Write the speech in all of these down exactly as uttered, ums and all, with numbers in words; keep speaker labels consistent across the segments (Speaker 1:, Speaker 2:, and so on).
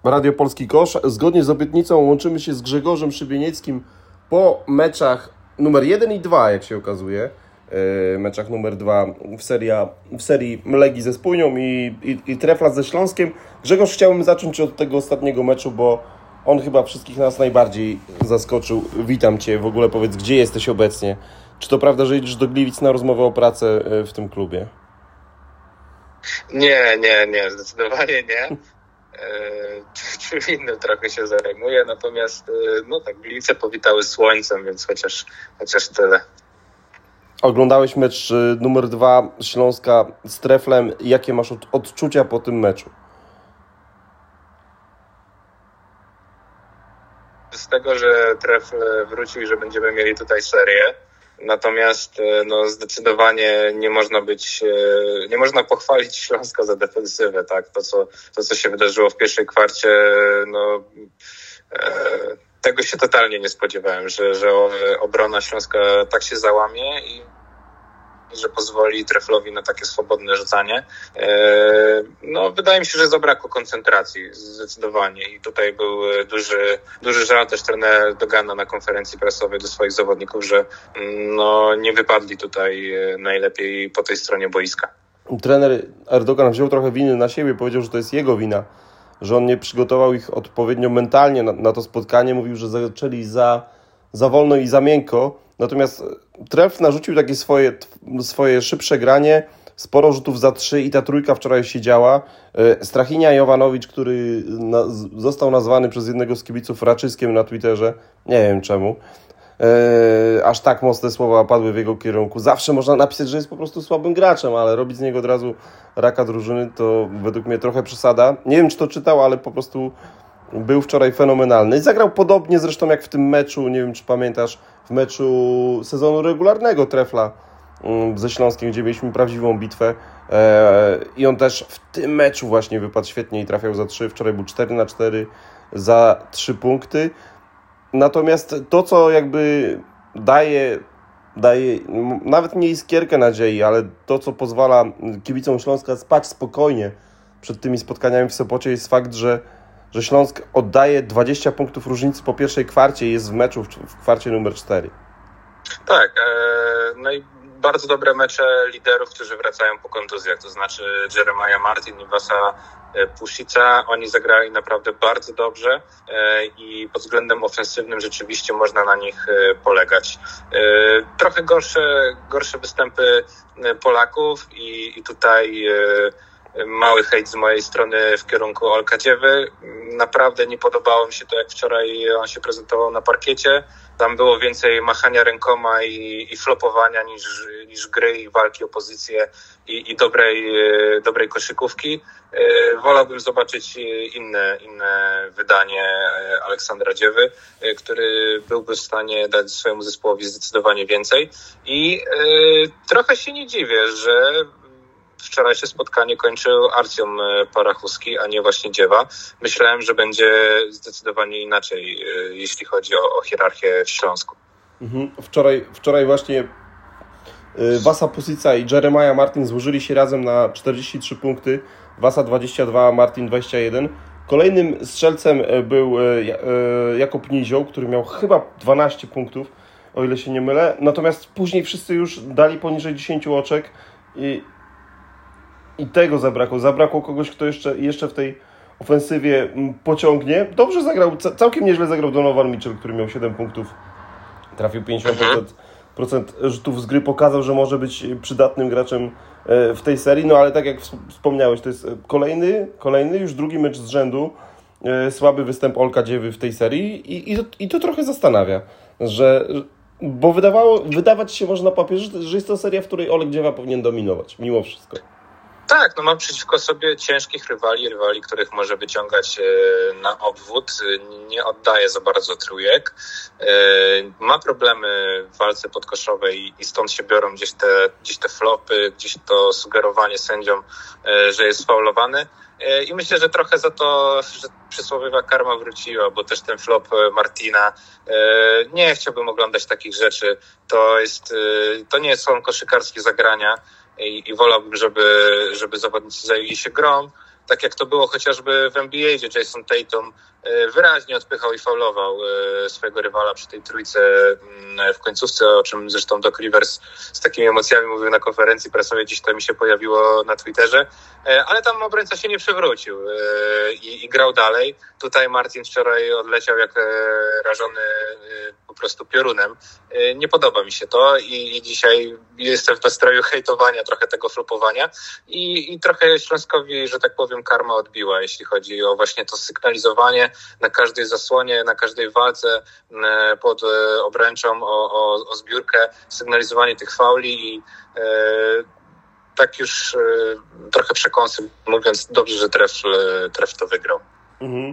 Speaker 1: Radio Polski Kosz. Zgodnie z obietnicą łączymy się z Grzegorzem Szybienieckim po meczach numer jeden i dwa, jak się okazuje. Meczach numer dwa w, seria, w serii Legii ze Spójnią i, i, i Trefla ze Śląskiem. Grzegorz, chciałbym zacząć od tego ostatniego meczu, bo on chyba wszystkich nas najbardziej zaskoczył. Witam Cię. W ogóle powiedz, gdzie jesteś obecnie? Czy to prawda, że jedziesz do Gliwic na rozmowę o pracę w tym klubie?
Speaker 2: Nie, nie, nie. Zdecydowanie nie. Czym innym trochę się zajmuję, natomiast no tak, Gliwice powitały słońcem, więc chociaż, chociaż tyle.
Speaker 1: Oglądałeś mecz numer dwa Śląska z Treflem. Jakie masz odczucia po tym meczu?
Speaker 2: Z tego, że Trefl wrócił i że będziemy mieli tutaj serię. Natomiast no, zdecydowanie nie można być, nie można pochwalić Śląska za defensywę, tak? To, co, to, co się wydarzyło w pierwszej kwarcie, no, e, tego się totalnie nie spodziewałem, że, że obrona Śląska tak się załamie i że pozwoli Treflowi na takie swobodne rzucanie. No, wydaje mi się, że zabrakło koncentracji zdecydowanie i tutaj był duży, duży żal też trener Dogana na konferencji prasowej do swoich zawodników, że no, nie wypadli tutaj najlepiej po tej stronie boiska.
Speaker 1: Trener Erdogan wziął trochę winy na siebie, powiedział, że to jest jego wina, że on nie przygotował ich odpowiednio mentalnie na, na to spotkanie. Mówił, że zaczęli za, za wolno i za miękko. Natomiast Trefl narzucił takie swoje, swoje szybsze granie, sporo rzutów za trzy i ta trójka wczoraj siedziała. Strachinia Jovanowicz, który na, został nazwany przez jednego z kibiców raczyskiem na Twitterze, nie wiem czemu, e, aż tak mocne słowa padły w jego kierunku. Zawsze można napisać, że jest po prostu słabym graczem, ale robić z niego od razu raka drużyny to według mnie trochę przesada. Nie wiem, czy to czytał, ale po prostu był wczoraj fenomenalny. Zagrał podobnie zresztą jak w tym meczu, nie wiem czy pamiętasz, w meczu sezonu regularnego Trefla ze Śląskiem, gdzie mieliśmy prawdziwą bitwę. I on też w tym meczu właśnie wypadł świetnie i trafiał za trzy. Wczoraj był cztery na cztery za trzy punkty. Natomiast to, co jakby daje, daje nawet nie iskierkę nadziei, ale to, co pozwala kibicom Śląska spać spokojnie przed tymi spotkaniami w Sopocie, jest fakt, że że Śląsk oddaje dwadzieścia punktów różnicy po pierwszej kwarcie i jest w meczu w, w kwarcie numer cztery.
Speaker 2: Tak, e, no i bardzo dobre mecze liderów, którzy wracają po kontuzjach, to znaczy Jeremiah Martin i Vasa Pusica. Oni zagrali naprawdę bardzo dobrze e, i pod względem ofensywnym rzeczywiście można na nich e, polegać. E, trochę gorsze, gorsze występy Polaków i, i tutaj e, mały hejt z mojej strony w kierunku Olka Dziewy. Naprawdę nie podobało mi się to, jak wczoraj on się prezentował na parkiecie. Tam było więcej machania rękoma i, i flopowania niż, niż gry i walki o pozycję i, i dobrej, dobrej koszykówki. Wolałbym zobaczyć inne, inne wydanie Aleksandra Dziewy, który byłby w stanie dać swojemu zespołowi zdecydowanie więcej. I y, trochę się nie dziwię, że wczorajsze spotkanie kończył Arcjom Parachuski, a nie właśnie Dziewa. Myślałem, że będzie zdecydowanie inaczej, jeśli chodzi o, o hierarchię w Śląsku.
Speaker 1: Mhm. Wczoraj, wczoraj właśnie Vasa Pusica i Jeremiah Martin złożyli się razem na czterdzieści trzy punkty. Vasa dwadzieścia dwa, a Martin dwadzieścia jeden. Kolejnym strzelcem był Jakub Nizioł, który miał chyba dwanaście punktów, o ile się nie mylę. Natomiast później wszyscy już dali poniżej dziesięć oczek i I tego zabrakło. Zabrakło kogoś, kto jeszcze, jeszcze w tej ofensywie pociągnie. Dobrze zagrał, całkiem nieźle zagrał Donovan Mitchell, który miał siedem punktów. Trafił pięćdziesiąt procent rzutów z gry. Pokazał, że może być przydatnym graczem w tej serii. No ale tak jak wspomniałeś, to jest kolejny, kolejny już drugi mecz z rzędu. Słaby występ Olka Dziewy w tej serii. I, i, to, i to trochę zastanawia, że... Bo wydawało, wydawać się może na papierze, że jest to seria, w której Olek Dziewa powinien dominować, mimo wszystko.
Speaker 2: Tak, no mam przeciwko sobie ciężkich rywali, rywali, których może wyciągać na obwód. Nie oddaje za bardzo trójek. Ma problemy w walce podkoszowej i stąd się biorą gdzieś te, gdzieś te flopy, gdzieś to sugerowanie sędziom, że jest faulowany. I myślę, że trochę za to, że przysłowiowa karma wróciła, bo też ten flop Martina, nie chciałbym oglądać takich rzeczy. To jest, to nie są koszykarskie zagrania. I, i wolałbym, żeby, żeby zawodnicy zajęli się grą tak jak to było chociażby w N B A, gdzie Jason Tatum wyraźnie odpychał i faulował swojego rywala przy tej trójce w końcówce, o czym zresztą Doc Rivers z takimi emocjami mówił na konferencji prasowej, gdzieś to mi się pojawiło na Twitterze, ale tam obrońca się nie przewrócił i, i grał dalej. Tutaj Martin wczoraj odleciał jak rażony po prostu piorunem. Nie podoba mi się to i, i dzisiaj jestem w nastroju hejtowania trochę tego flopowania i, i trochę Śląskowi, że tak powiem, karma odbiła, jeśli chodzi o właśnie to sygnalizowanie na każdej zasłonie, na każdej walce pod obręczą o, o, o zbiórkę, sygnalizowanie tych fauli i e, tak już e, trochę przekąsy, mówiąc dobrze, że tref, tref to wygrał.
Speaker 1: Mhm.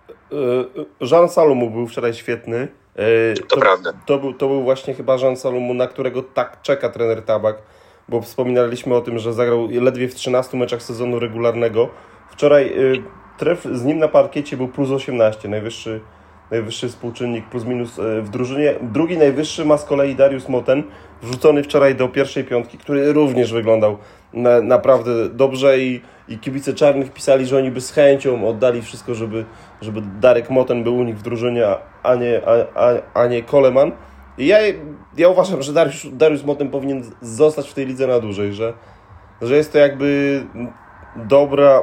Speaker 1: Jean Salomu był wczoraj świetny.
Speaker 2: To, to prawda.
Speaker 1: To był, to był właśnie chyba Jean Salomu, na którego tak czeka trener Tabak, bo wspominaliśmy o tym, że zagrał ledwie w trzynastu meczach sezonu regularnego. Wczoraj y, tref z nim na parkiecie był plus osiemnaście, najwyższy, najwyższy współczynnik plus minus y, w drużynie. Drugi najwyższy ma z kolei Darius Moten, wrzucony wczoraj do pierwszej piątki, który również wyglądał na, naprawdę dobrze i, i kibice czarnych pisali, że oni by z chęcią oddali wszystko, żeby, żeby Darek Moten był u nich w drużynie, a nie, a, a, a nie Coleman. I ja, ja uważam, że Darius, Darius Moten powinien zostać w tej lidze na dłużej, że, że jest to jakby dobra,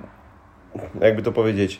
Speaker 1: jakby to powiedzieć,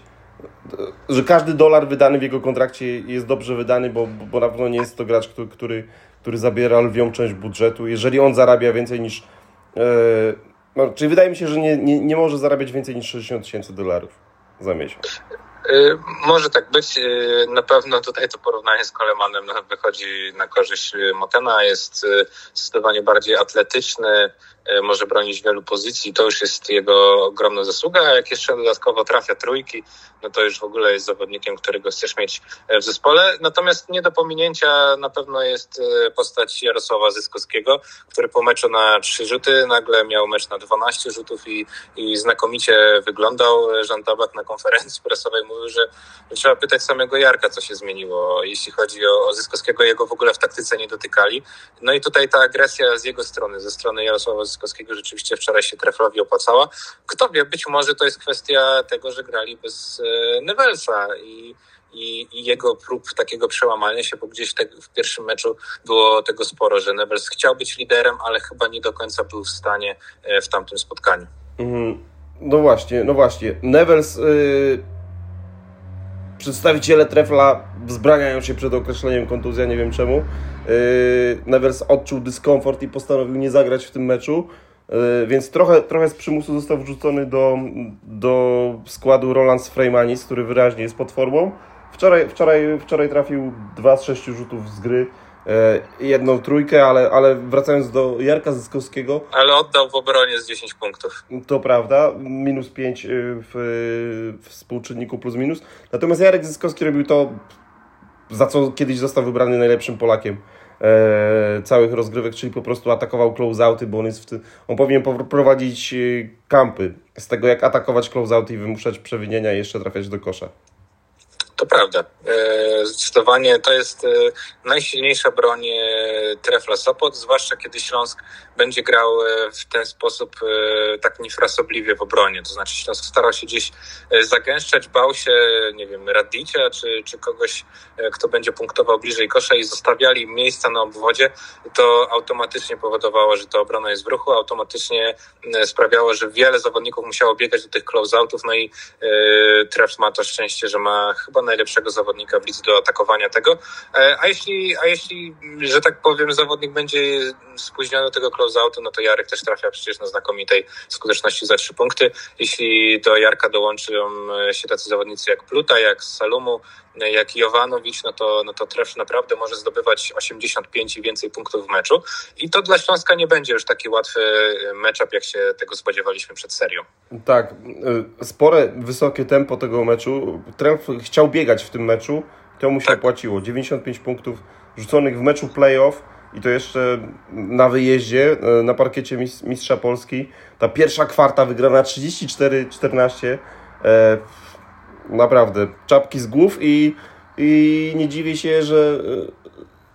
Speaker 1: że każdy dolar wydany w jego kontrakcie jest dobrze wydany, bo, bo na pewno nie jest to gracz, który, który, który zabiera lwią część budżetu. Jeżeli on zarabia więcej niż... Yy, no, czyli wydaje mi się, że nie, nie, nie może zarabiać więcej niż sześćdziesiąt tysięcy dolarów za miesiąc.
Speaker 2: Yy, może tak być. Yy, na pewno tutaj to porównanie z Colemanem wychodzi na korzyść Motena. Jest yy, zdecydowanie bardziej atletyczny, yy, może bronić wielu pozycji. To już jest jego ogromna zasługa. A jak jeszcze dodatkowo trafia trójki, no to już w ogóle jest zawodnikiem, którego chcesz mieć w zespole. Natomiast nie do pominięcia na pewno jest postać Jarosława Zyskowskiego, który po meczu na trzy rzuty nagle miał mecz na dwanaście rzutów i, i znakomicie wyglądał. Jean Tabak na konferencji prasowej mówił, że, że trzeba pytać samego Jarka, co się zmieniło, jeśli chodzi o, o Zyskowskiego. Jego w ogóle w taktyce nie dotykali. No i tutaj ta agresja z jego strony, ze strony Jarosława Zyskowskiego rzeczywiście wczoraj się Treflowi opłacała. Kto wie, być może to jest kwestia tego, że grali bez Nevelsa i, i, i jego prób takiego przełamania się, bo gdzieś te, w pierwszym meczu było tego sporo, że Nevels chciał być liderem, ale chyba nie do końca był w stanie w tamtym spotkaniu. Mm,
Speaker 1: no właśnie, no właśnie. Nevels, yy, przedstawiciele Trefla wzbraniają się przed określeniem kontuzja, nie wiem czemu. Yy, Nevels odczuł dyskomfort i postanowił nie zagrać w tym meczu. Więc trochę, trochę z przymusu został wrzucony do, do składu Roland Freimanis, który wyraźnie jest pod formą. Wczoraj, wczoraj, wczoraj trafił dwa z sześciu rzutów z gry, jedną trójkę, ale, ale wracając do Jarka Zyskowskiego...
Speaker 2: Ale oddał w obronie z dziesięć punktów.
Speaker 1: To prawda, minus pięć w, w współczynniku plus minus. Natomiast Jarek Zyskowski robił to, za co kiedyś został wybrany najlepszym Polakiem E, całych rozgrywek, czyli po prostu atakował close-outy, bo on jest w tym, on powinien prowadzić kampy z tego, jak atakować close-outy i wymuszać przewinienia i jeszcze trafiać do kosza.
Speaker 2: To prawda. Zdecydowanie to jest najsilniejsza broń Trefla Sopot, zwłaszcza kiedy Śląsk będzie grał w ten sposób tak niefrasobliwie w obronie. To znaczy Śląsk starał się gdzieś zagęszczać, bał się, nie wiem, Radicia czy, czy kogoś, kto będzie punktował bliżej kosza i zostawiali miejsca na obwodzie. To automatycznie powodowało, że ta obrona jest w ruchu, automatycznie sprawiało, że wiele zawodników musiało biegać do tych close-outów, no i Tref ma to szczęście, że ma chyba najlepszego zawodnika w lidze do atakowania tego. A jeśli, a jeśli, że tak powiem, zawodnik będzie spóźniony do tego close-outu, no to Jarek też trafia przecież na znakomitej skuteczności za trzy punkty. Jeśli do Jarka dołączą się tacy zawodnicy jak Pluta, jak Salumu, jak Jovanowicz, no to, no to Tref naprawdę może zdobywać osiemdziesiąt pięć i więcej punktów w meczu. I to dla Śląska nie będzie już taki łatwy matchup, jak się tego spodziewaliśmy przed serią.
Speaker 1: Tak, spore, wysokie tempo tego meczu. Tref chciał biegać w tym meczu, to mu się tak opłaciło. dziewięćdziesiąt pięć punktów rzuconych w meczu playoff i to jeszcze na wyjeździe, na parkiecie Mistrza Polski. Ta pierwsza kwarta wygrana trzydzieści cztery czternaście. E, naprawdę, czapki z głów i, i nie dziwię się, że,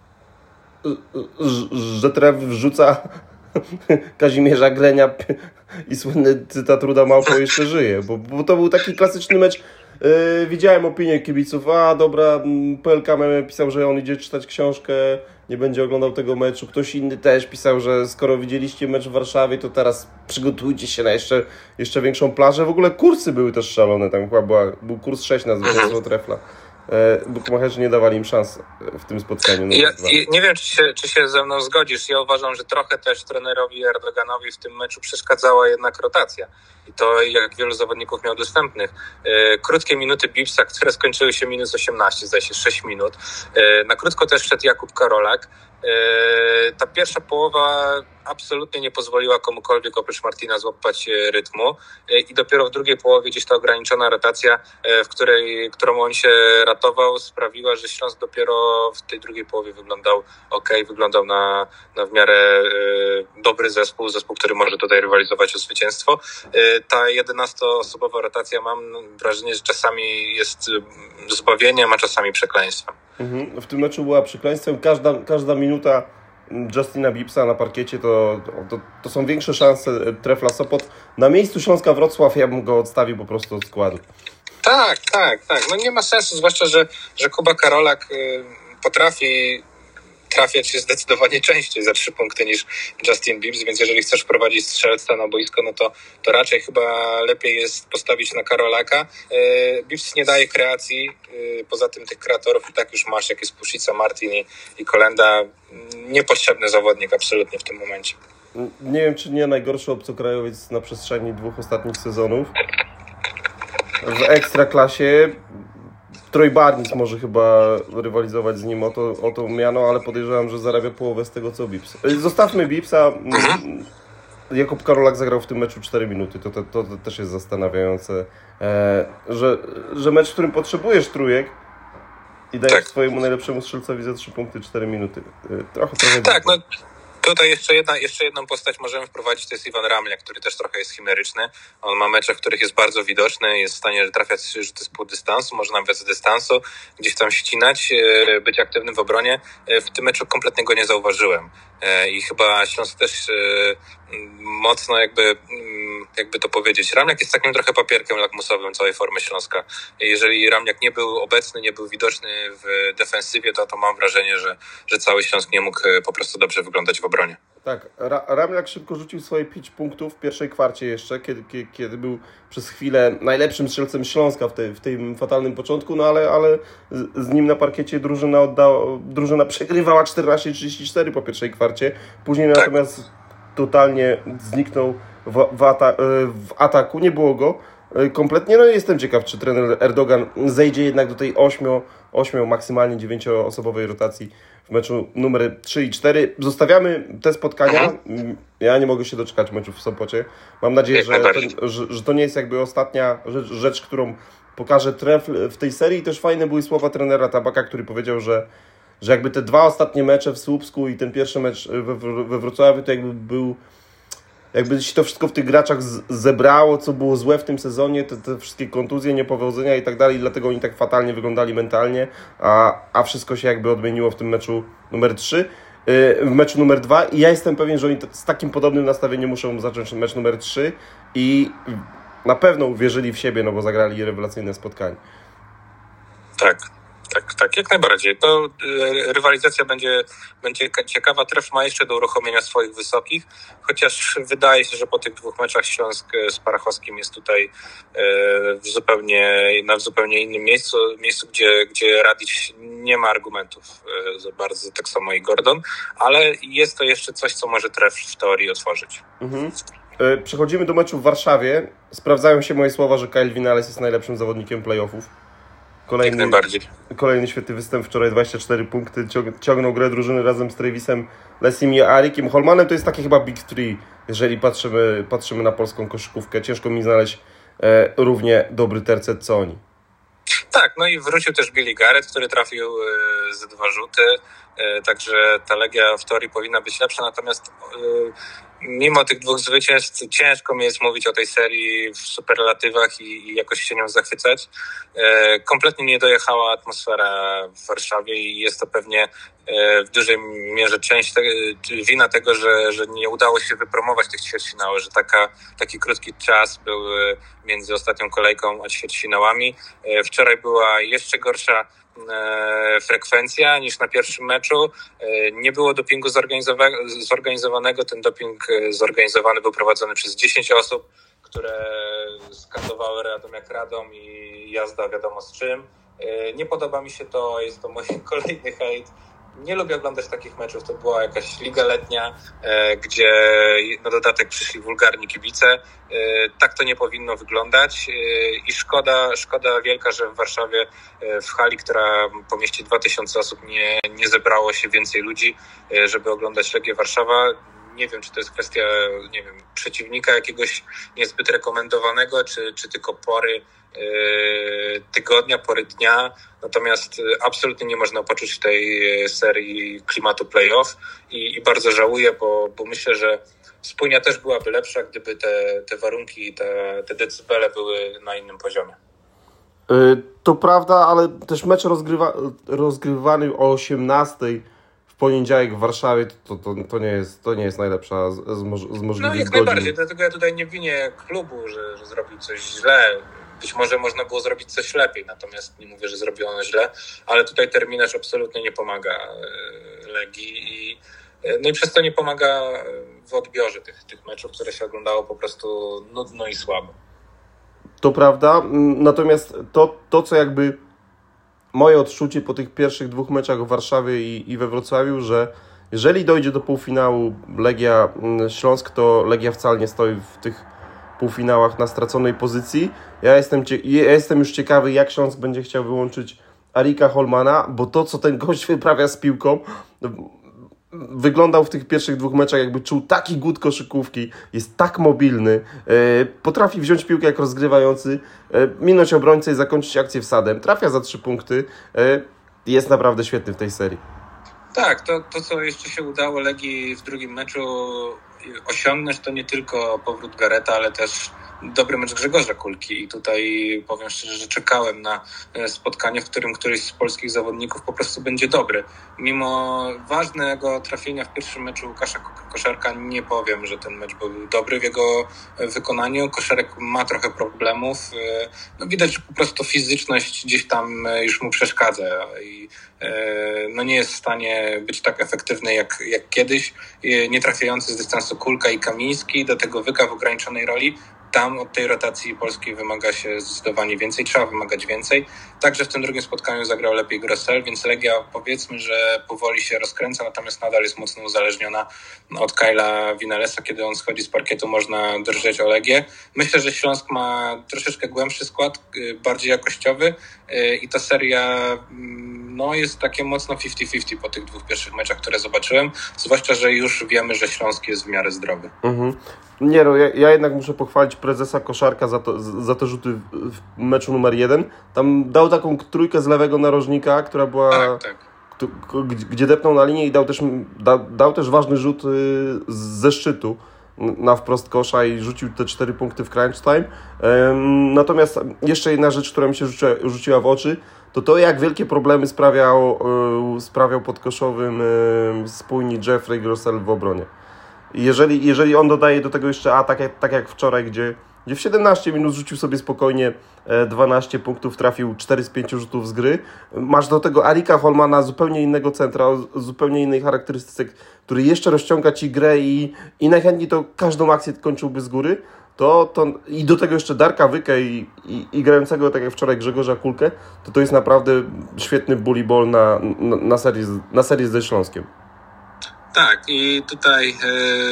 Speaker 1: że Tref wrzuca Kazimierza Grenia I słynny cytat Ruda Małpo jeszcze żyje, bo, bo to był taki klasyczny mecz. Yy, widziałem opinię kibiców, a dobra, P L K Meme pisał, że on idzie czytać książkę, nie będzie oglądał tego meczu. Ktoś inny też pisał, że skoro widzieliście mecz w Warszawie, to teraz przygotujcie się na jeszcze, jeszcze większą plażę. W ogóle kursy były też szalone, tam chyba była, był kurs sześć na zwycięstwo Trefla. Bukmacherzy nie dawali im szans w tym spotkaniu.
Speaker 2: Ja, nie wiem, czy się, czy się ze mną zgodzisz. Ja uważam, że trochę też trenerowi Erdoganowi w tym meczu przeszkadzała jednak rotacja. I to jak wielu zawodników miał dostępnych. E, krótkie minuty Bibsa, które skończyły się minus osiemnaście, zdaje się sześć minut. E, na krótko też wszedł Jakub Karolak. E, ta pierwsza połowa absolutnie nie pozwoliła komukolwiek oprócz Martina złapać rytmu e, i dopiero w drugiej połowie gdzieś ta ograniczona rotacja, e, w której, którą on się ratował, sprawiła, że Śląsk dopiero w tej drugiej połowie wyglądał ok, wyglądał na, na w miarę e, dobry zespół, zespół, który może tutaj rywalizować o zwycięstwo. E, ta jedenastoosobowa rotacja, mam wrażenie, że czasami jest zbawieniem, a czasami przekleństwem.
Speaker 1: Mhm. W tym meczu była przekleństwem. Każda, każda minuta Justina Bibsa na parkiecie to, to, to są większe szanse Trefla Sopot. Na miejscu Śląska Wrocław ja bym go odstawił po prostu od składu.
Speaker 2: Tak, tak, tak. No nie ma sensu, zwłaszcza, że, że Kuba Karolak y, potrafi trafiać się zdecydowanie częściej za trzy punkty niż Justin Bibbs, więc jeżeli chcesz wprowadzić strzelca na boisko, no to, to raczej chyba lepiej jest postawić na Karolaka. Yy, Bibbs nie daje kreacji, yy, poza tym tych kreatorów i tak już masz, jak jest Puszica, Martin i, i Kolenda. Niepotrzebny zawodnik absolutnie w tym momencie.
Speaker 1: Nie wiem, czy nie najgorszy obcokrajowiec na przestrzeni dwóch ostatnich sezonów. W Ekstraklasie Troy Barnes może chyba rywalizować z nim o to, o to miano, ale podejrzewam, że zarabia połowę z tego, co Bibbs. Zostawmy Bibbsa. Jakub Karolak zagrał w tym meczu cztery minuty. To, to, to, to też jest zastanawiające, e, że, że mecz, w którym potrzebujesz trójek i dajesz tak swojemu najlepszemu strzelcowi za trzy punkty cztery minuty. E, trochę, trochę...
Speaker 2: Tak, no tutaj jeszcze, jedna, jeszcze jedną postać możemy wprowadzić, to jest Iwan Ramliak, który też trochę jest chimeryczny. On ma mecze, w których jest bardzo widoczny, jest w stanie trafiać rzuty z pół dystansu, może nawet z dystansu, gdzieś tam ścinać, być aktywnym w obronie. W tym meczu kompletnie go nie zauważyłem. I chyba Śląsk też mocno jakby, jakby to powiedzieć. Ramliak jest takim trochę papierkiem lakmusowym całej formy Śląska. Jeżeli Ramliak nie był obecny, nie był widoczny w defensywie, to, to mam wrażenie, że, że cały Śląsk nie mógł po prostu dobrze wyglądać w obronie.
Speaker 1: Tak, Ra- Ramliak szybko rzucił swoje pięć punktów w pierwszej kwarcie jeszcze, kiedy, kiedy, kiedy był przez chwilę najlepszym strzelcem Śląska w, tej, w tym fatalnym początku, no ale, ale z, z nim na parkiecie drużyna, oddała, drużyna przegrywała czternaście trzydzieści cztery po pierwszej kwarcie, później tak. Natomiast totalnie zniknął w, w, ata- w ataku, nie było go kompletnie. No jestem ciekaw, czy trener Erdogan zejdzie jednak do tej ośmiu, ośmiu maksymalnie dziewięcioosobowej rotacji w meczu numer trzy i cztery. Zostawiamy te spotkania. Ja nie mogę się doczekać meczu w Sopocie. Mam nadzieję, że, ten, że, że to nie jest jakby ostatnia rzecz, rzecz, którą pokaże Trefl w tej serii. Też fajne były słowa trenera Tabaka, który powiedział, że, że jakby te dwa ostatnie mecze w Słupsku i ten pierwszy mecz we, we Wrocławiu to jakby był jakby się to wszystko w tych graczach z- zebrało, co było złe w tym sezonie, te, te wszystkie kontuzje, niepowodzenia i tak dalej, dlatego oni tak fatalnie wyglądali mentalnie, a, a wszystko się jakby odmieniło w tym meczu numer trzy, yy, w meczu numer dwa i ja jestem pewien, że oni t- z takim podobnym nastawieniem muszą zacząć mecz numer trzy i na pewno uwierzyli w siebie, no bo zagrali rewelacyjne spotkanie.
Speaker 2: Tak. Tak, tak, jak najbardziej. To y, rywalizacja będzie, będzie ciekawa. Tref ma jeszcze do uruchomienia swoich wysokich, chociaż wydaje się, że po tych dwóch meczach Śląsk z Parachowskim jest tutaj y, w zupełnie, na zupełnie innym miejscu, miejscu gdzie, gdzie Radić nie ma argumentów y, za bardzo, tak samo i Gordon, ale jest to jeszcze coś, co może Tref w teorii otworzyć.
Speaker 1: Mhm. Y, przechodzimy do meczu w Warszawie. Sprawdzają się moje słowa, że Kyle Vinales jest najlepszym zawodnikiem playoffów. Kolejny, kolejny świetny występ, wczoraj dwadzieścia cztery punkty, ciągnął grę drużyny razem z Travisem Lessim i Arikiem Holmanem. To jest takie chyba big three, jeżeli patrzymy, patrzymy na polską koszykówkę. Ciężko mi znaleźć e, równie dobry tercet co oni.
Speaker 2: Tak, no i wrócił też Billy Garrett, który trafił e, ze dwa rzuty, e, także ta Legia w teorii powinna być lepsza, natomiast e, mimo tych dwóch zwycięstw ciężko mi jest mówić o tej serii w superlatywach i, i jakoś się nią zachwycać. E, kompletnie nie dojechała atmosfera w Warszawie i jest to pewnie w dużej mierze część te, wina tego, że, że nie udało się wypromować tych ćwierćfinałów, że taka, taki krótki czas był między ostatnią kolejką a ćwierćfinałami. Wczoraj była jeszcze gorsza frekwencja niż na pierwszym meczu. Nie było dopingu zorganizowanego. Ten doping zorganizowany był prowadzony przez dziesięć osób, które skandowały Radom jak Radom i jazda wiadomo z czym. Nie podoba mi się to, jest to mój kolejny hejt. Nie lubię oglądać takich meczów, to była jakaś liga letnia, gdzie na dodatek przyszli wulgarni kibice. Tak to nie powinno wyglądać i szkoda, szkoda wielka, że w Warszawie w hali, która pomieści dwa tysiące osób, nie, nie zebrało się więcej ludzi, żeby oglądać Legię Warszawa. Nie wiem, czy to jest kwestia, nie wiem, przeciwnika jakiegoś niezbyt rekomendowanego, czy, czy tylko pory yy, tygodnia, pory dnia. Natomiast absolutnie nie można poczuć w tej serii klimatu play-off i, i bardzo żałuję, bo, bo myślę, że spójnia też byłaby lepsza, gdyby te, te warunki i te, te decybele były na innym poziomie.
Speaker 1: To prawda, ale też mecz rozgrywa, rozgrywany o osiemnastej w poniedziałek w Warszawie, to, to, to, nie, jest, to nie jest najlepsza z, z, moż, z możliwych
Speaker 2: No jak
Speaker 1: godzin.
Speaker 2: najbardziej, dlatego ja tutaj nie winię klubu, że, że zrobił coś źle. Być może można było zrobić coś lepiej, natomiast nie mówię, że zrobiono źle, ale tutaj terminarz absolutnie nie pomaga Legii i, no i przez to nie pomaga w odbiorze tych, tych meczów, które się oglądało po prostu nudno i słabo.
Speaker 1: To prawda, natomiast to, to co jakby moje odczucie po tych pierwszych dwóch meczach w Warszawie i, i we Wrocławiu, że jeżeli dojdzie do półfinału Legia Śląsk, to Legia wcale nie stoi w tych półfinałach na straconej pozycji. Ja jestem, cie- ja jestem już ciekawy, jak Śląsk będzie chciał wyłączyć Arika Holmana, bo to, co ten gość wyprawia z piłką, wyglądał w tych pierwszych dwóch meczach, jakby czuł taki głód koszykówki, jest tak mobilny, e, potrafi wziąć piłkę jak rozgrywający, e, minąć obrońcę i zakończyć akcję wsadem, trafia za trzy punkty, e, jest naprawdę świetny w tej serii.
Speaker 2: Tak, to, to co jeszcze się udało Legii w drugim meczu osiągnąć, to nie tylko powrót Gareta, ale też dobry mecz Grzegorza Kulki i tutaj powiem szczerze, że czekałem na spotkanie, w którym któryś z polskich zawodników po prostu będzie dobry. Mimo ważnego trafienia w pierwszym meczu Łukasza Koszarka nie powiem, że ten mecz był dobry w jego wykonaniu. Koszarek ma trochę problemów. No widać, że po prostu fizyczność gdzieś tam już mu przeszkadza i no nie jest w stanie być tak efektywny jak, jak kiedyś. Nie trafiający z dystansu Kulka i Kamiński, do tego Wyka w ograniczonej roli. Tam od tej rotacji polskiej wymaga się zdecydowanie więcej, trzeba wymagać więcej. Także w tym drugim spotkaniu zagrał lepiej Grosel, więc Legia powiedzmy, że powoli się rozkręca, natomiast nadal jest mocno uzależniona od Kyla Vinalesa. Kiedy on schodzi z parkietu, można drżeć o Legię. Myślę, że Śląsk ma troszeczkę głębszy skład, bardziej jakościowy i ta seria no, jest takie mocno pięćdziesiąt na pięćdziesiąt po tych dwóch pierwszych meczach, które zobaczyłem. Zwłaszcza, że już wiemy, że Śląsk jest w miarę zdrowy. Mhm.
Speaker 1: Nie no, ja, ja jednak muszę pochwalić prezesa Koszarka za, to, za te rzuty w, w meczu numer jeden. Tam dał taką trójkę z lewego narożnika, która była...
Speaker 2: Tak, tak.
Speaker 1: K- k- gdzie depnął na linię i dał też, da, dał też ważny rzut y, ze szczytu na wprost kosza i rzucił te cztery punkty w crunch time. Ym, natomiast jeszcze jedna rzecz, która mi się rzuciła, rzuciła w oczy, to to, jak wielkie problemy sprawiał, y, sprawiał podkoszowym y, spójni Jeffrey Grosel w obronie. Jeżeli, jeżeli on dodaje do tego jeszcze atak, jak, tak jak wczoraj, gdzie, gdzie w siedemnaście minut rzucił sobie spokojnie dwanaście punktów, trafił cztery z pięciu rzutów z gry. Masz do tego Arika Holmana, zupełnie innego centra, o zupełnie innej charakterystyce, który jeszcze rozciąga ci grę i, i najchętniej to każdą akcję kończyłby z góry. To, to, I do tego jeszcze Darka Wykę i, i, i grającego, tak jak wczoraj, Grzegorza Kulkę, to to jest naprawdę świetny bully ball na, na, na, serii, na serii ze Śląskiem.
Speaker 2: Tak, i tutaj y,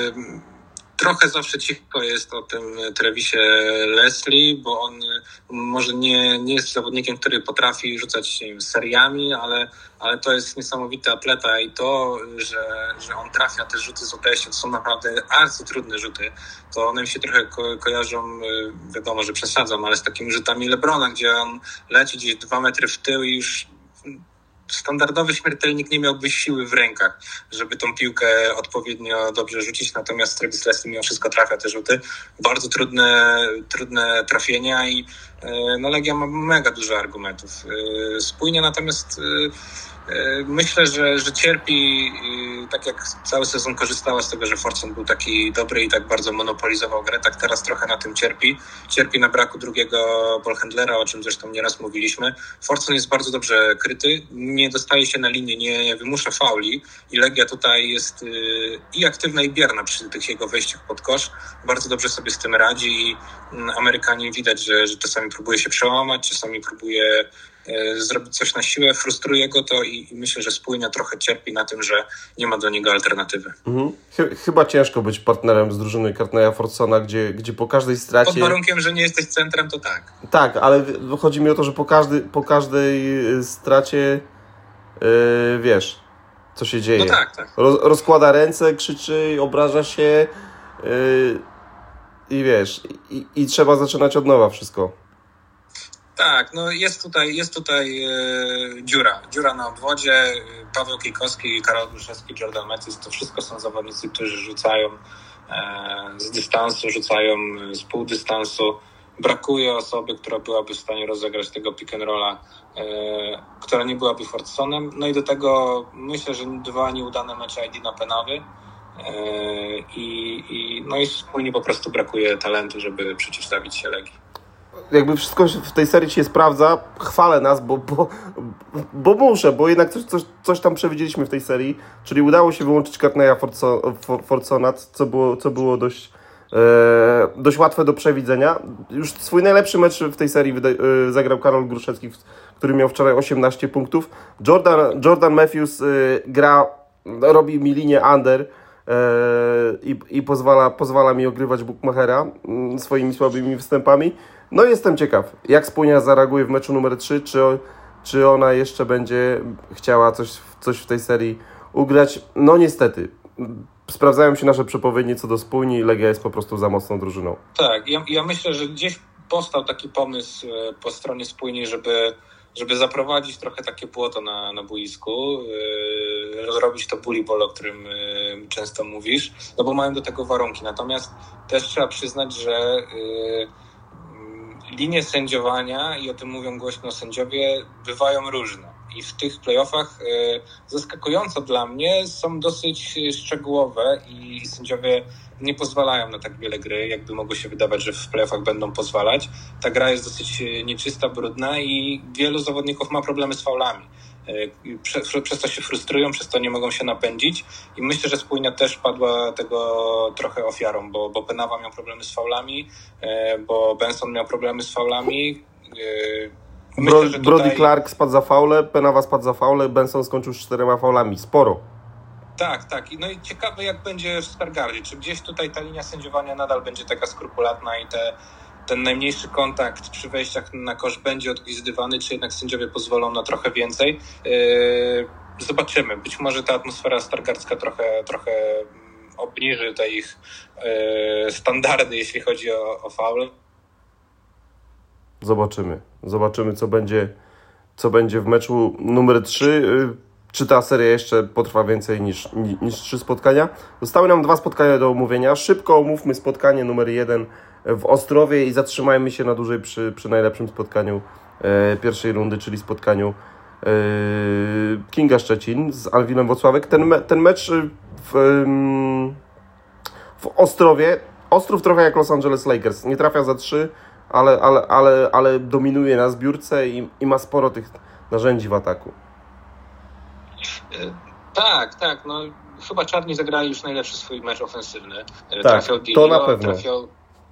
Speaker 2: trochę zawsze cicho jest o tym Trevisie Leslie, bo on może nie, nie jest zawodnikiem, który potrafi rzucać seriami, ale, ale to jest niesamowity atleta i to, że, że on trafia te rzuty z odejścia, to są naprawdę bardzo trudne rzuty. To one mi się trochę ko- kojarzą, wiadomo, że przesadzam, ale z takimi rzutami LeBrona, gdzie on leci gdzieś dwa metry w tył i już standardowy śmiertelnik nie miałby siły w rękach, żeby tą piłkę odpowiednio dobrze rzucić, natomiast Travis Leslie mimo wszystko trafia te rzuty. Bardzo trudne, trudne trafienia i no Legia ma mega dużo argumentów. Spójnia natomiast myślę, że, że cierpi, tak jak cały sezon korzystała z tego, że Fortson był taki dobry i tak bardzo monopolizował grę, tak teraz trochę na tym cierpi. Cierpi na braku drugiego ballhandlera, o czym zresztą nieraz mówiliśmy. Fortson jest bardzo dobrze kryty, nie dostaje się na linię, nie wymusza fauli i Legia tutaj jest i aktywna i bierna przy tych jego wejściach pod kosz. Bardzo dobrze sobie z tym radzi i Amerykanie widać, że, że czasami próbuje się przełamać, czasami próbuje zrobić coś na siłę, frustruje go to i, i myślę, że Spójnia trochę cierpi na tym, że nie ma do niego alternatywy.
Speaker 1: Mhm. Chyba ciężko być partnerem z drużyny Courtneya Fortsona, gdzie, gdzie po każdej stracie...
Speaker 2: Pod warunkiem, że nie jesteś centrem, to tak.
Speaker 1: Tak, ale chodzi mi o to, że po, każdy, po każdej stracie yy, wiesz, co się dzieje.
Speaker 2: No tak, tak.
Speaker 1: Roz, rozkłada ręce, krzyczy, obraża się yy, i wiesz, i, i trzeba zaczynać od nowa wszystko.
Speaker 2: Tak, no jest tutaj, jest tutaj e, dziura. Dziura na obwodzie. Paweł Kijkowski, Karol Gruszewski, Jordan Metis, to wszystko są zawodnicy, którzy rzucają e, z dystansu, rzucają z pół dystansu. Brakuje osoby, która byłaby w stanie rozegrać tego pick and rolla, e, która nie byłaby Fortsonem. No i do tego myślę, że dwa nieudane mecze Aidina Penawy. E, i, i, no i spójnie po prostu brakuje talentu, żeby przeciwstawić się Legii.
Speaker 1: Jakby wszystko w tej serii się sprawdza, chwalę nas, bo, bo, bo muszę, bo jednak coś, coś, coś tam przewidzieliśmy w tej serii, czyli udało się wyłączyć Courtneya Fortsona, co było, co było dość, e, dość łatwe do przewidzenia. Już swój najlepszy mecz w tej serii wyda- e, zagrał Karol Gruszewski, który miał wczoraj osiemnaście punktów. Jordan, Jordan Matthews e, gra, robi mi linię under, i, i pozwala, pozwala mi ogrywać Bookmachera swoimi słabymi występami. No jestem ciekaw, jak Spójnia zareaguje w meczu numer trzy, czy, czy ona jeszcze będzie chciała coś, coś w tej serii ugrać. No niestety, sprawdzają się nasze przepowiednie co do Spójni i Legia jest po prostu za mocną drużyną.
Speaker 2: Tak, ja, ja myślę, że gdzieś powstał taki pomysł po stronie Spójni, żeby żeby zaprowadzić trochę takie błoto na, na boisku, yy, rozrobić to bully ball, o którym yy, często mówisz, no bo mają do tego warunki. Natomiast też trzeba przyznać, że yy, linie sędziowania, i o tym mówią głośno sędziowie, bywają różne. I w tych playoffach yy, zaskakująco dla mnie są dosyć szczegółowe i sędziowie nie pozwalają na tak wiele gry, jakby mogło się wydawać, że w playoffach będą pozwalać. Ta gra jest dosyć nieczysta, brudna i wielu zawodników ma problemy z faulami. Prze, przez to się frustrują, przez to nie mogą się napędzić i myślę, że Spójnia też padła tego trochę ofiarą, bo, bo Penawa miał problemy z faulami, bo Benson miał problemy z faulami.
Speaker 1: Myślę, że tutaj... Brody Clark spadł za faule, Penawa spadł za faule, Benson skończył z czterema faulami. Sporo.
Speaker 2: Tak, tak. No i ciekawe, jak będzie w Stargardzie. Czy gdzieś tutaj ta linia sędziowania nadal będzie taka skrupulatna i te, ten najmniejszy kontakt przy wejściach na kosz będzie odgwizdywany, czy jednak sędziowie pozwolą na trochę więcej. Yy, zobaczymy. Być może ta atmosfera stargardzka trochę, trochę obniży te ich yy, standardy, jeśli chodzi o, o faul.
Speaker 1: Zobaczymy. Zobaczymy, co będzie, co będzie w meczu numer trzy. Czy ta seria jeszcze potrwa więcej niż, niż trzy spotkania? Zostały nam dwa spotkania do omówienia. Szybko omówmy spotkanie numer jeden w Ostrowie i zatrzymajmy się na dłużej przy, przy najlepszym spotkaniu e, pierwszej rundy, czyli spotkaniu e, Kinga Szczecin z Alwinem Włocławek. Ten, me, ten mecz w, w Ostrowie, Ostrów trochę jak Los Angeles Lakers. Nie trafia za trzy, ale, ale, ale, ale dominuje na zbiórce i, i ma sporo tych narzędzi w ataku.
Speaker 2: Tak, tak. No, chyba Czarni zagrali już najlepszy swój mecz ofensywny.
Speaker 1: Tak, trafiał Dilio, to na pewno.
Speaker 2: Trafiał,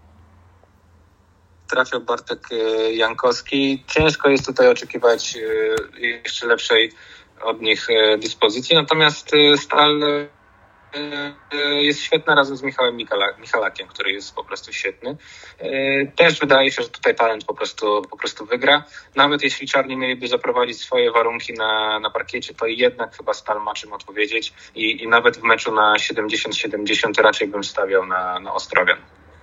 Speaker 2: trafiał Bartek Jankowski. Ciężko jest tutaj oczekiwać jeszcze lepszej od nich dyspozycji. Natomiast Stal jest świetna razem z Michałem Michalakiem, który jest po prostu świetny. Też wydaje się, że tutaj talent po prostu, po prostu wygra. Nawet jeśli Czarni mieliby zaprowadzić swoje warunki na, na parkiecie, to jednak chyba Stal ma czym odpowiedzieć i, i nawet w meczu na siedemdziesiąt siedemdziesiąt raczej bym stawiał na, na Ostrowian.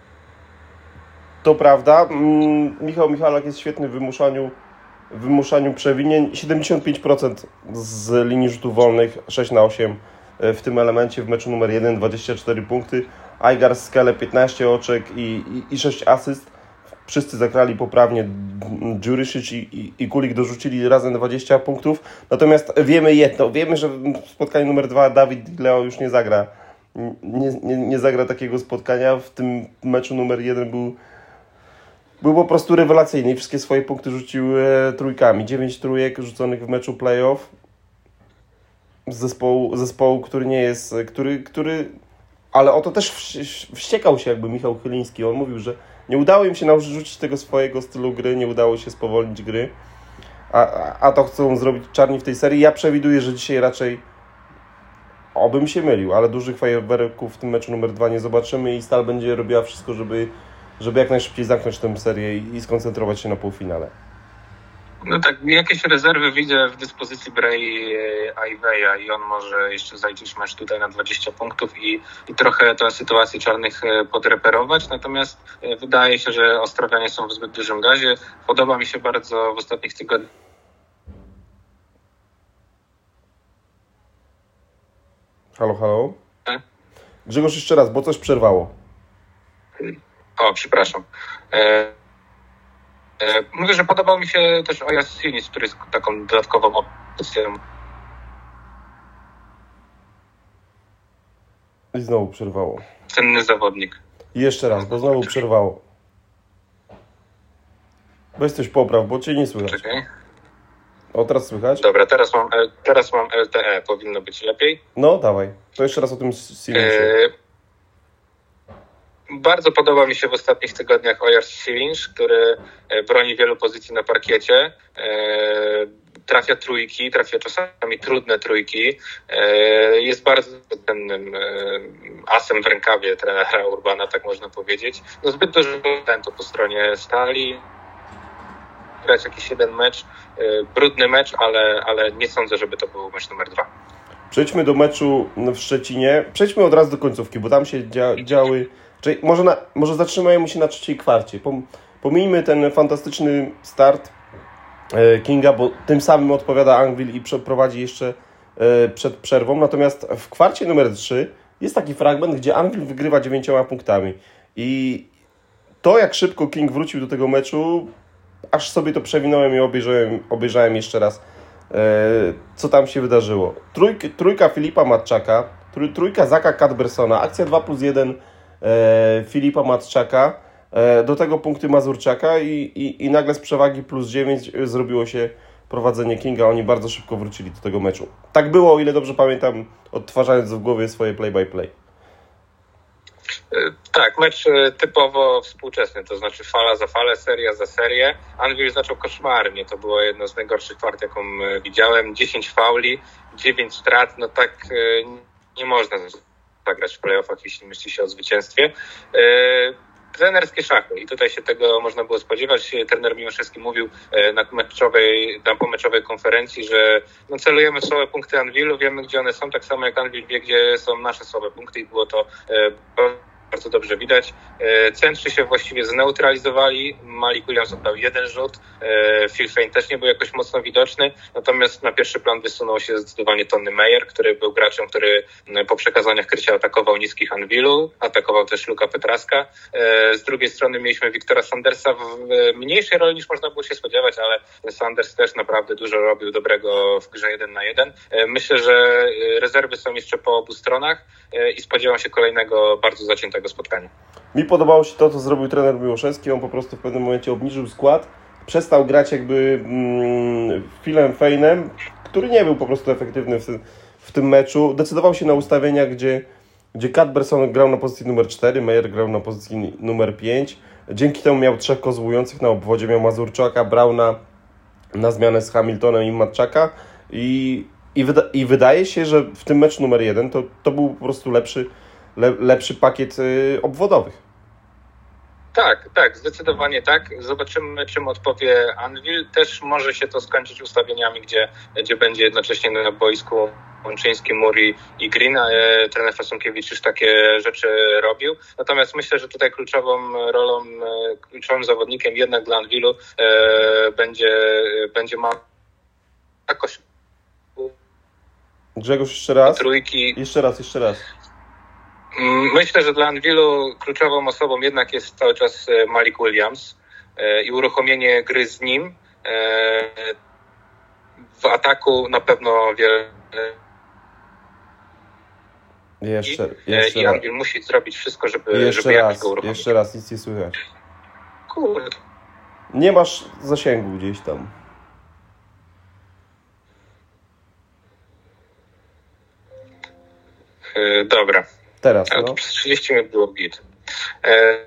Speaker 1: To prawda. Michał Michalak jest świetny w wymuszaniu, w wymuszaniu przewinień. siedemdziesiąt pięć procent z linii rzutów wolnych, sześć na osiem w tym elemencie w meczu numer jeden, dwadzieścia cztery punkty. Aigar Skele piętnaście oczek i, i, i sześć asyst. wszyscy zagrali poprawnie, Jurisic i, i, i Kulik dorzucili razem dwadzieścia punktów, natomiast wiemy jedno, wiemy, że w spotkaniu numer dwa David Leo już nie zagra, nie, nie, nie zagra takiego spotkania, w tym meczu numer jeden był Był po prostu rewelacyjny i wszystkie swoje punkty rzucił e, trójkami. Dziewięć trójek rzuconych w meczu playoff z zespołu, zespołu który nie jest, który, który... Ale o to też wś- wściekał się jakby Michał Chyliński. On mówił, że nie udało im się narzucić tego swojego stylu gry, nie udało się spowolnić gry, a, a, a to chcą zrobić czarni w tej serii. Ja przewiduję, że dzisiaj raczej obym się mylił, ale dużych fajerwerków w tym meczu numer dwa nie zobaczymy i Stal będzie robiła wszystko, żeby żeby jak najszybciej zamknąć tę serię i skoncentrować się na półfinale.
Speaker 2: No tak, jakieś rezerwy widzę w dyspozycji Bray Iveya i on może jeszcze zaliczyć mecz tutaj na dwadzieścia punktów i, i trochę tę sytuację czarnych podreperować, natomiast wydaje się, że Ostrowianie są w zbyt dużym gazie. Podoba mi się bardzo w ostatnich tygodniach.
Speaker 1: Halo, halo? Grzegorz, jeszcze raz, bo coś przerwało.
Speaker 2: O, przepraszam. E, e, mówię, że podobał mi się też Ojas Sinis, który jest taką dodatkową opcją.
Speaker 1: I znowu przerwało.
Speaker 2: Cenny zawodnik.
Speaker 1: I jeszcze raz, bo znowu przerwało. Weź coś popraw, bo cię nie słychać.
Speaker 2: Czekaj.
Speaker 1: O, teraz słychać?
Speaker 2: Dobra, teraz mam, teraz mam L T E, powinno być lepiej.
Speaker 1: No, dawaj. To jeszcze raz o tym Sinisie.
Speaker 2: E, Bardzo podoba mi się w ostatnich tygodniach Ojar Silinsz, który broni wielu pozycji na parkiecie. Trafia trójki, trafia czasami trudne trójki. Jest bardzo cennym asem w rękawie trenera Urbana, tak można powiedzieć. No zbyt dużo talentu po stronie Stali. Grać jakiś jeden mecz, brudny mecz, ale, ale nie sądzę, żeby to był mecz numer dwa.
Speaker 1: Przejdźmy do meczu w Szczecinie. Przejdźmy od razu do końcówki, bo tam się dzia- działy... Czyli może, na, może zatrzymajmy się na trzeciej kwarcie. Pomijmy ten fantastyczny start Kinga, bo tym samym odpowiada Anvil i przeprowadzi jeszcze przed przerwą. Natomiast w kwarcie numer trzy jest taki fragment, gdzie Anvil wygrywa dziewięcioma punktami. I to, jak szybko King wrócił do tego meczu, aż sobie to przewinąłem i obejrzałem, obejrzałem jeszcze raz, co tam się wydarzyło. Trójka, trójka Filipa Matczaka, trój, trójka Zaka Cadbersona, akcja dwa plus jeden Filipa Matczaka, do tego punkty Mazurczaka i, i, i nagle z przewagi plus dziewięć zrobiło się prowadzenie Kinga. Oni bardzo szybko wrócili do tego meczu. Tak było, o ile dobrze pamiętam, odtwarzając w głowie swoje play-by-play.
Speaker 2: Tak, mecz typowo współczesny, to znaczy fala za falę, seria za serię. Anvil zaczął koszmarnie, to było jedno z najgorszych kwart, jaką widziałem. dziesięć fauli, dziewięć strat, no tak nie można zagrać w playoffach, jeśli myśli się o zwycięstwie. Trenerskie szachy i tutaj się tego można było spodziewać. Trener Miłoszewski mówił na meczowej, na pomeczowej konferencji, że no celujemy w słabe punkty Anvilu, wiemy gdzie one są, tak samo jak Anvil wie gdzie są nasze słabe punkty i było to bardzo dobrze widać. Centrzy się właściwie zneutralizowali. Malik Williams oddał jeden rzut. Phil Fein też nie był jakoś mocno widoczny. Natomiast na pierwszy plan wysunął się zdecydowanie Tony Meyer, który był graczem, który po przekazaniach krycia atakował niskich Anvilu. Atakował też Luka Petraska. Z drugiej strony mieliśmy Wiktora Sandersa w mniejszej roli niż można było się spodziewać, ale Sanders też naprawdę dużo robił dobrego w grze jeden na jeden. Myślę, że rezerwy są jeszcze po obu stronach i spodziewam się kolejnego bardzo zaciętego spotkania.
Speaker 1: Mi podobało się to, co zrobił trener Miłoszewski. On po prostu w pewnym momencie obniżył skład, przestał grać jakby mm, Philem Feinem, który nie był po prostu efektywny w tym, w tym meczu. Decydował się na ustawienia, gdzie, gdzie Cadberson grał na pozycji numer cztery, Meyer grał na pozycji numer pięć. Dzięki temu miał trzech kozłujących na obwodzie, miał Mazurczaka, Brauna na zmianę z Hamiltonem i Matczaka i, i, wyda, i wydaje się, że w tym meczu numer jeden to, to był po prostu lepszy Le, lepszy pakiet y, obwodowych.
Speaker 2: Tak, tak, zdecydowanie tak. Zobaczymy, czym odpowie Anvil. Też może się to skończyć ustawieniami, gdzie, gdzie będzie jednocześnie na boisku Łączyński, Muri i Green. E, trener Fasunkiewicz już takie rzeczy robił. Natomiast myślę, że tutaj kluczową rolą, e, kluczowym zawodnikiem jednak dla Anvilu e, będzie, będzie ma jakoś
Speaker 1: Grzegorz, jeszcze raz.
Speaker 2: Trójki.
Speaker 1: Jeszcze raz, jeszcze raz.
Speaker 2: Myślę, że dla Anvilu kluczową osobą jednak jest cały czas Malik Williams. i uruchomienie gry z nim. W ataku na pewno wiele.
Speaker 1: Jeszcze,
Speaker 2: I,
Speaker 1: jeszcze
Speaker 2: i
Speaker 1: raz.
Speaker 2: Anvil musi zrobić wszystko, żeby,
Speaker 1: Jeszcze
Speaker 2: żeby jakoś
Speaker 1: raz,
Speaker 2: go uruchomić.
Speaker 1: jeszcze raz, nic nie słychać.
Speaker 2: Kurde.
Speaker 1: Nie masz zasięgu gdzieś tam.
Speaker 2: Yy, dobra.
Speaker 1: Teraz,
Speaker 2: Ale
Speaker 1: no.
Speaker 2: to przez trzydzieści minut było git. Yy,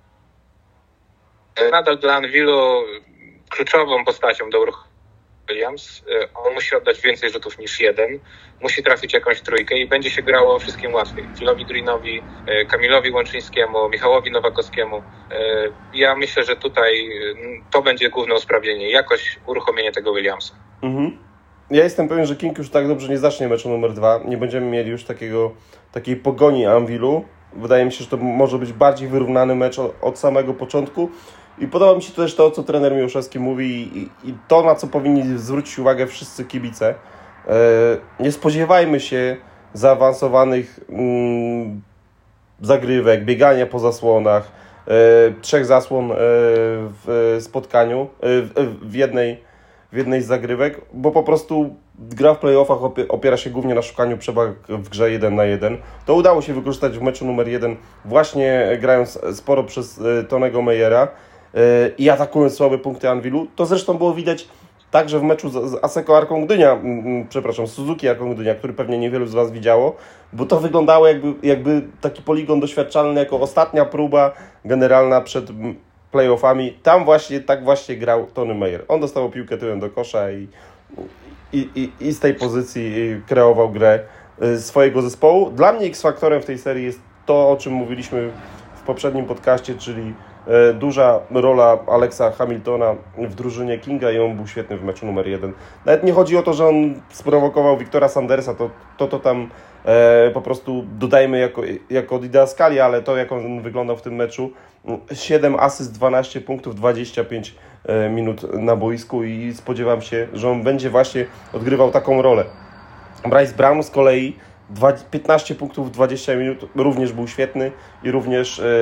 Speaker 2: nadal dla Anvilu kluczową postacią do uruchomienia Williams. Yy, on musi oddać więcej rzutów niż jeden. Musi trafić jakąś trójkę i będzie się grało wszystkim łatwiej. Philowi Greenowi, yy, Kamilowi Łączyńskiemu, Michałowi Nowakowskiemu. Yy, ja myślę, że tutaj yy, to będzie główne usprawnienie. Jakoś uruchomienie tego Williamsa.
Speaker 1: Mhm. Ja jestem pewien, że King już tak dobrze nie zacznie meczu numer dwa. Nie będziemy mieli już takiego, takiej pogoni Anvilu. Wydaje mi się, że to może być bardziej wyrównany mecz od, od samego początku. I podoba mi się też to, co trener Miłoszewski mówi i, i to, na co powinni zwrócić uwagę wszyscy kibice. E, nie spodziewajmy się zaawansowanych mm, zagrywek, biegania po zasłonach, e, trzech zasłon e, w spotkaniu, e, w, w jednej w jednej z zagrywek, bo po prostu gra w playoffach opiera się głównie na szukaniu przewag w grze jeden na jeden. To udało się wykorzystać w meczu numer jeden, właśnie grając sporo przez Tonego Meyera i atakując słabe punkty Anvilu. To zresztą było widać także w meczu z Asseco Arką Gdynia, przepraszam, Suzuki Arką Gdynia, który pewnie niewielu z Was widziało, bo to wyglądało jakby, jakby taki poligon doświadczalny jako ostatnia próba generalna przed playoffami. Tam właśnie, tak właśnie grał Tony Meyer. On dostał piłkę tyłem do kosza i, i, i, i z tej pozycji kreował grę swojego zespołu. Dla mnie X-faktorem w tej serii jest to, o czym mówiliśmy w poprzednim podcaście, czyli duża rola Alexa Hamiltona w drużynie Kinga i on był świetny w meczu numer jeden. Nawet nie chodzi o to, że on sprowokował Wiktora Sandersa, to to, to tam e, po prostu dodajmy jako, jako didaskalia, ale to, jak on wyglądał w tym meczu, siedem asyst, dwanaście punktów, dwadzieścia pięć minut na boisku i spodziewam się, że on będzie właśnie odgrywał taką rolę. Bryce Brown z kolei piętnaście punktów, dwadzieścia minut, również był świetny i również e,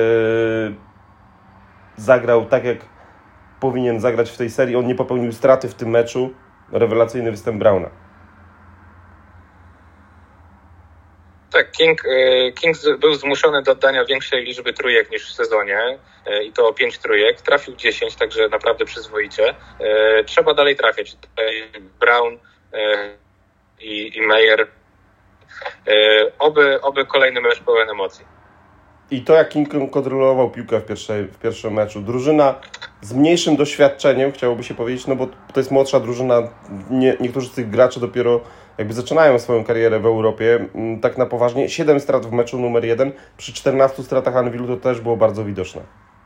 Speaker 1: zagrał tak, jak powinien zagrać w tej serii. On nie popełnił straty w tym meczu. Rewelacyjny występ Browna.
Speaker 2: Tak, King, King był zmuszony do oddania większej liczby trójek niż w sezonie i to o pięć trójek. Trafił dziesięć, także naprawdę przyzwoicie. Trzeba dalej trafiać. Tutaj Brown i, i Meyer. Oby, oby kolejny mecz pełen emocji.
Speaker 1: I to, jak King kontrolował piłkę w, pierwszej, w pierwszym meczu. Drużyna z mniejszym doświadczeniem, chciałoby się powiedzieć, no bo to jest młodsza drużyna. Nie, niektórzy z tych graczy dopiero jakby zaczynają swoją karierę w Europie. Tak na poważnie. siedem strat w meczu numer jeden. Przy czternastu stratach Anvilu to też było bardzo widoczne.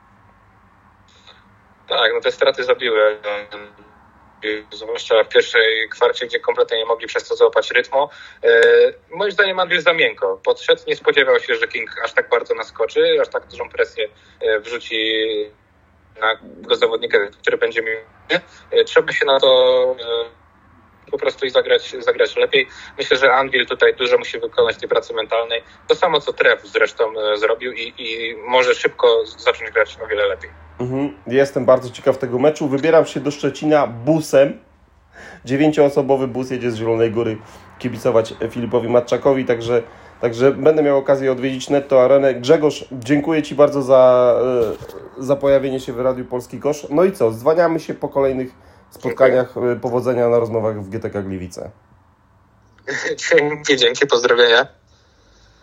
Speaker 2: Tak, no te straty zabiły. Zwłaszcza w pierwszej kwarcie, gdzie kompletnie nie mogli przez to załapać rytmu. Moim zdaniem Anvil za miękko podszedł. Nie spodziewał się, że King aż tak bardzo naskoczy, aż tak dużą presję wrzuci na tego zawodnika, który będzie miał. Trzeba się na to po prostu i zagrać, zagrać lepiej. Myślę, że Anvil tutaj dużo musi wykonać tej pracy mentalnej. To samo, co Trev zresztą zrobił i, i może szybko zacząć grać o wiele lepiej.
Speaker 1: Mhm. Jestem bardzo ciekaw tego meczu. Wybieram się do Szczecina busem. Dziewięcioosobowy bus jedzie z Zielonej Góry kibicować Filipowi Matczakowi, także, także będę miał okazję odwiedzić Netto Arenę. Grzegorz, dziękuję Ci bardzo za, za pojawienie się w Radiu Polski Kosz. No i co, zwaniamy się po kolejnych spotkaniach. Dziękuję. Powodzenia na rozmowach w G T K Gliwice.
Speaker 2: Dzięki, dzięki, pozdrowienia.